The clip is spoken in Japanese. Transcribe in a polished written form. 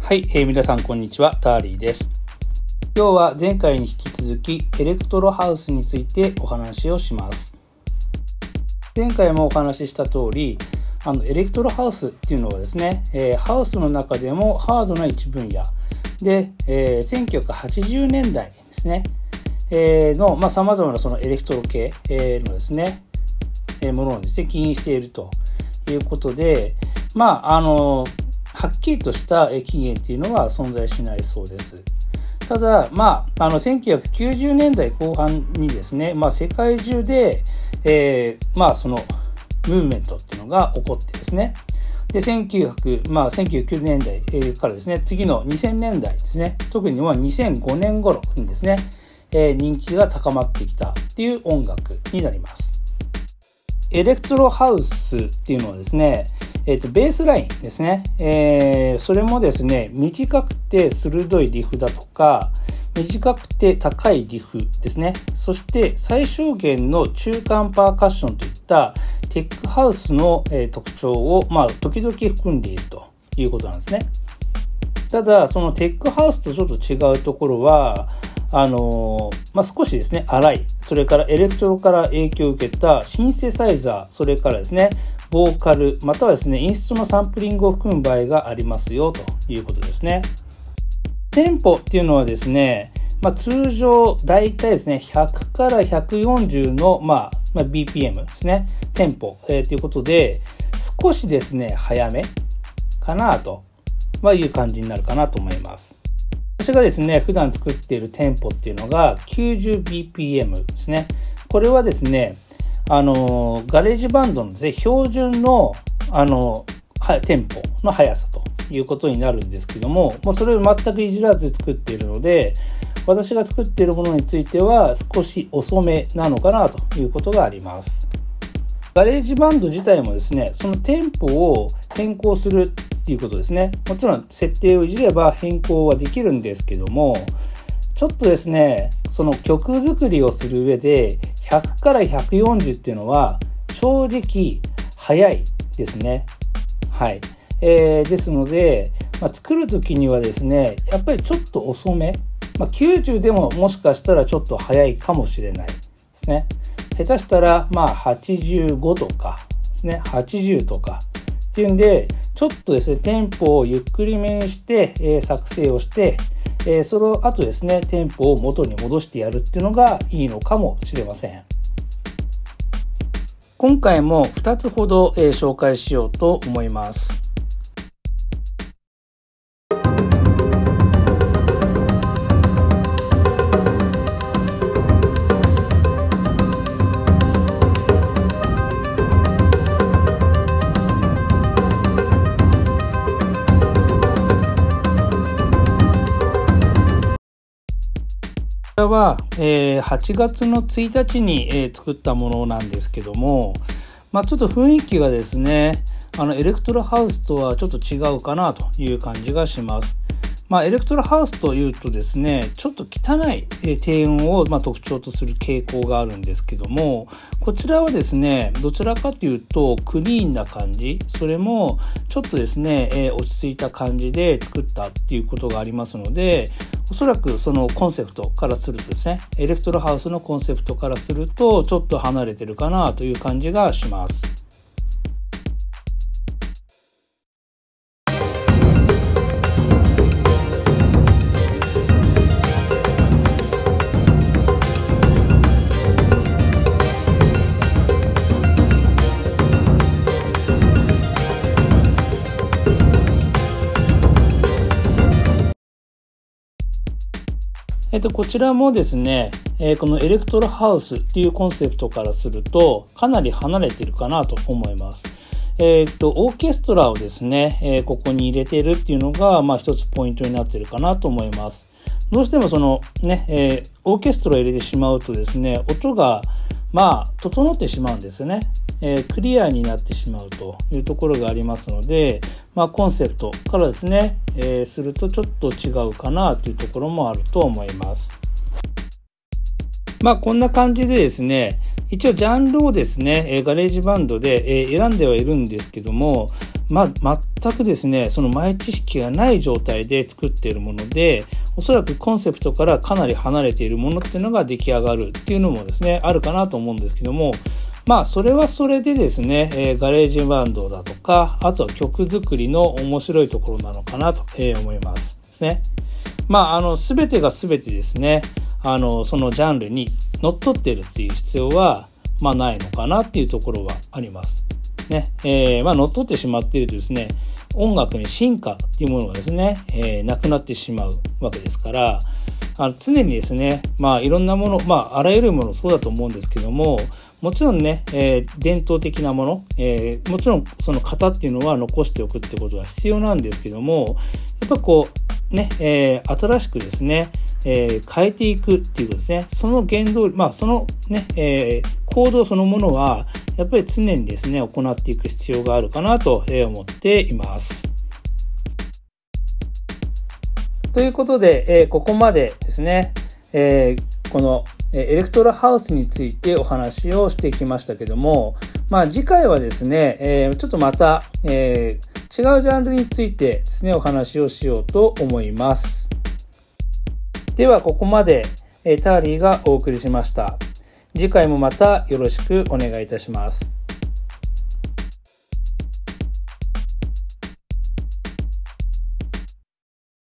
はい、皆さんこんにちは、ターリーです。今日は前回に引き続きエレクトロハウスについてお話をします。前回もお話しした通り、エレクトロハウスっていうのはですね、ハウスの中でもハードな一分野で、1980年代ですね、の様々なそのエレクトロ系のですね、ものをですね、起因しているということで、はっきりとした起源っていうのは存在しないそうです。ただ、1990年代後半にですね、世界中で、そのムーブメントっていうのが起こってですね、で、1990年代からですね、次の2000年代ですね、特に2005年頃にですね、人気が高まってきたっていう音楽になります。エレクトロハウスっていうのはですね、ベースラインですね、それもですね、短くて鋭いリフだとか、短くて高いリフですね、そして最小限の中間パーカッションといったテックハウスの特徴を時々含んでいるということなんですね。ただ、そのテックハウスとちょっと違うところは、少しですね、荒い、それからエレクトロから影響を受けたシンセサイザー、それからですね、ボーカル、またはですね、インストのサンプリングを含む場合がありますよということですね。テンポっていうのはですね、通常だいたいですね、100から140の、BPM ですね、テンポ、ということで、少しですね、早めかなという感じになるかなと思います。私がですね、普段作っているテンポっていうのが 90bpm ですね。これはですね、ガレージバンドのですね、標準の、テンポの速さということになるんですけども、それを全くいじらず作っているので、私が作っているものについては少し遅めなのかなということがあります。ガレージバンド自体もですね、そのテンポを変更するっていうことですね。もちろん設定をいじれば変更はできるんですけども、ちょっとですね、その曲作りをする上で100から140っていうのは正直早いですね。はい。ですので、作るときにはですね、やっぱりちょっと遅め。90でももしかしたらちょっと早いかもしれないですね。下手したら85とかですね、80とかっていうんで、ちょっとですね、テンポをゆっくりめにして、作成をして、その後ですね、テンポを元に戻してやるっていうのがいいのかもしれません。今回も2つほど、紹介しようと思います。これは、8月の1日に、作ったものなんですけども、ちょっと雰囲気がですね、エレクトロハウスとはちょっと違うかなという感じがします。エレクトロハウスというとですね、ちょっと汚い低音を特徴とする傾向があるんですけども、こちらはですね、どちらかというとクリーンな感じ、それもちょっとですね、落ち着いた感じで作ったっていうことがありますので、おそらくそのコンセプトからするとですね、エレクトロハウスのコンセプトからするとちょっと離れてるかなという感じがします。こちらもですね、このエレクトロハウスっていうコンセプトからするとかなり離れているかなと思います。オーケストラをですね、ここに入れているっていうのが一つポイントになっているかなと思います。どうしてもそのね、オーケストラを入れてしまうとですね、音が整ってしまうんですよね。クリアになってしまうというところがありますので、コンセプトからですね、するとちょっと違うかなというところもあると思います。こんな感じでですね、一応ジャンルをですね、ガレージバンドで選んではいるんですけども、 全くですね、その前知識がない状態で作っているもので、おそらくコンセプトからかなり離れているものっていうのが出来上がるっていうのもですね、あるかなと思うんですけども、それはそれでですね、ガレージバンドだとか、あとは曲作りの面白いところなのかなと思いますですね。すべてがすべてですね、そのジャンルにのっとっているっていう必要は、ないのかなっていうところはあります。ね。のっとってしまっているとですね、音楽に進化っていうものがですね、なくなってしまうわけですから、常にですね、いろんなもの、あらゆるものそうだと思うんですけども、もちろんね、伝統的なもの、もちろんその型っていうのは残しておくってことは必要なんですけども、やっぱ新しくですね、変えていくっていうことですね。その原動力、そのね、行動そのものは、やっぱり常にですね、行っていく必要があるかなと思っています。ということで、ここまでですね、このエレクトロハウスについてお話をしてきましたけども、次回はですね、ちょっとまた、違うジャンルについてですね、お話をしようと思います。では、ここまで、ターリーがお送りしました。次回もまたよろしくお願いいたします。